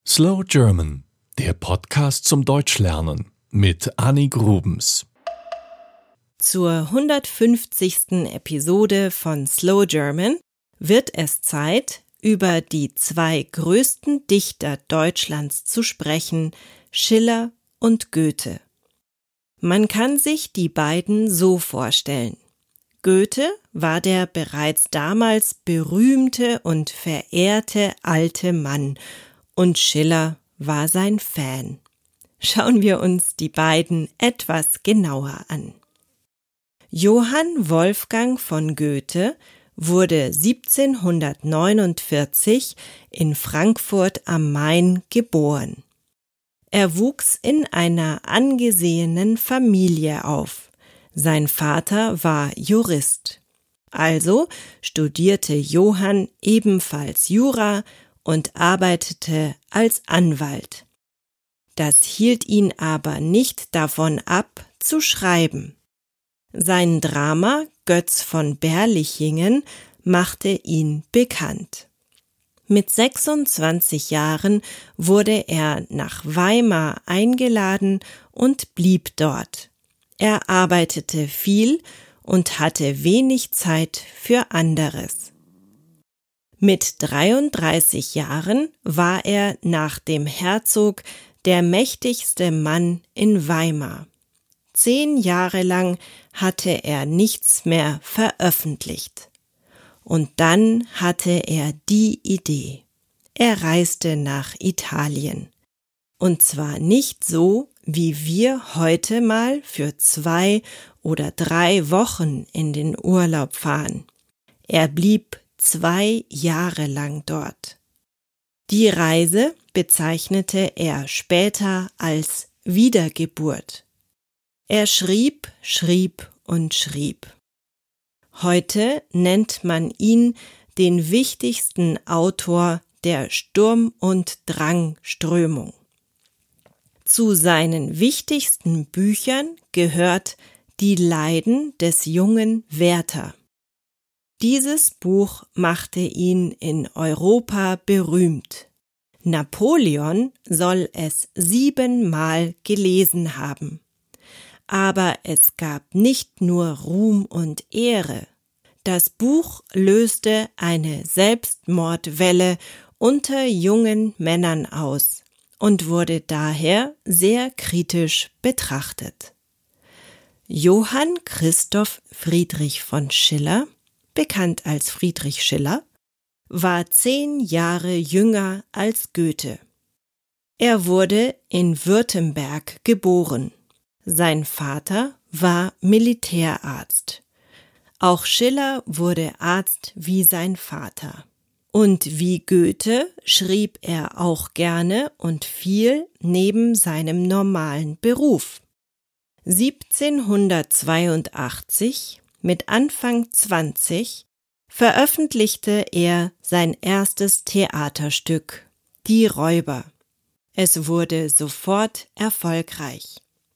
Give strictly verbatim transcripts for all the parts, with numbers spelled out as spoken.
Slow German, der Podcast zum Deutschlernen mit Anni Grubens. Zur hundertfünfzigsten Episode von Slow German wird es Zeit, über die zwei größten Dichter Deutschlands zu sprechen, Schiller und Goethe. Man kann sich die beiden so vorstellen. Goethe war der bereits damals berühmte und verehrte alte Mann und Schiller war sein Fan. Schauen wir uns die beiden etwas genauer an. Johann Wolfgang von Goethe wurde siebzehnhundertneunundvierzig in Frankfurt am Main geboren. Er wuchs in einer angesehenen Familie auf. Sein Vater war Jurist. Also studierte Johann ebenfalls Jura und arbeitete als Anwalt. Das hielt ihn aber nicht davon ab, zu schreiben. Sein Drama Götz von Berlichingen machte ihn bekannt. Mit sechsundzwanzig Jahren wurde er nach Weimar eingeladen und blieb dort. Er arbeitete viel und hatte wenig Zeit für anderes. Mit dreiunddreißig Jahren war er nach dem Herzog der mächtigste Mann in Weimar. Zehn Jahre lang hatte er nichts mehr veröffentlicht. Und dann hatte er die Idee. Er reiste nach Italien. Und zwar nicht so, wie wir heute mal für zwei oder drei Wochen in den Urlaub fahren. Er blieb zwei Jahre lang dort. Die Reise bezeichnete er später als Wiedergeburt. Er schrieb, schrieb und schrieb. Heute nennt man ihn den wichtigsten Autor der Sturm- und Drang-Strömung. Zu seinen wichtigsten Büchern gehört Die Leiden des jungen Werther. Dieses Buch machte ihn in Europa berühmt. Napoleon soll es siebenmal gelesen haben. Aber es gab nicht nur Ruhm und Ehre. Das Buch löste eine Selbstmordwelle unter jungen Männern aus und wurde daher sehr kritisch betrachtet. Johann Christoph Friedrich von Schiller, bekannt als Friedrich Schiller, war zehn Jahre jünger als Goethe. Er wurde in Württemberg geboren. Sein Vater war Militärarzt. Auch Schiller wurde Arzt wie sein Vater. Und wie Goethe schrieb er auch gerne und viel neben seinem normalen Beruf. siebzehnhundertzweiundachtzig, mit Anfang zwanzig, veröffentlichte er sein erstes Theaterstück, Die Räuber. Es wurde sofort erfolgreich.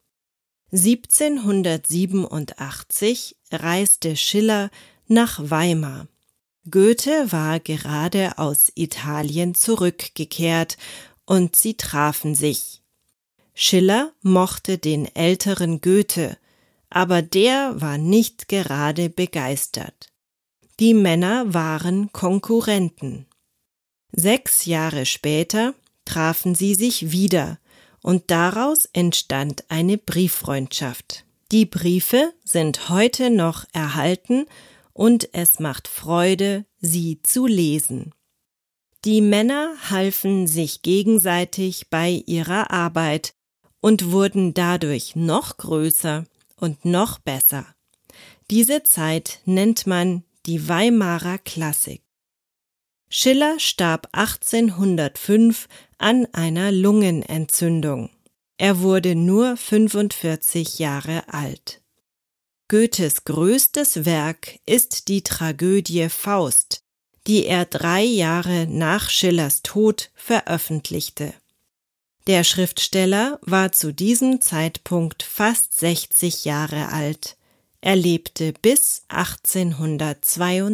siebzehnhundertsiebenundachtzig reiste Schiller nach Weimar. Goethe war gerade aus Italien zurückgekehrt und sie trafen sich. Schiller mochte den älteren Goethe, aber der war nicht gerade begeistert. Die Männer waren Konkurrenten. Sechs Jahre später trafen sie sich wieder und daraus entstand eine Brieffreundschaft. Die Briefe sind heute noch erhalten und es macht Freude, sie zu lesen. Die Männer halfen sich gegenseitig bei ihrer Arbeit und wurden dadurch noch größer und noch besser. Diese Zeit nennt man die Weimarer Klassik. Schiller starb achtzehnhundertfünf an einer Lungenentzündung. Er wurde nur fünfundvierzig Jahre alt. Goethes größtes Werk ist die Tragödie Faust, die er drei Jahre nach Schillers Tod veröffentlichte. Der Schriftsteller war zu diesem Zeitpunkt fast sechzig Jahre alt. Er lebte bis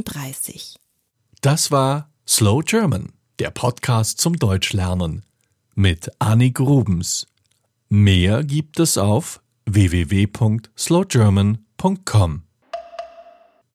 achtzehnhundertzweiunddreißig. Das war Slow German, der Podcast zum Deutschlernen mit Annik Grubens. Mehr gibt es auf w w w punkt slow german punkt com.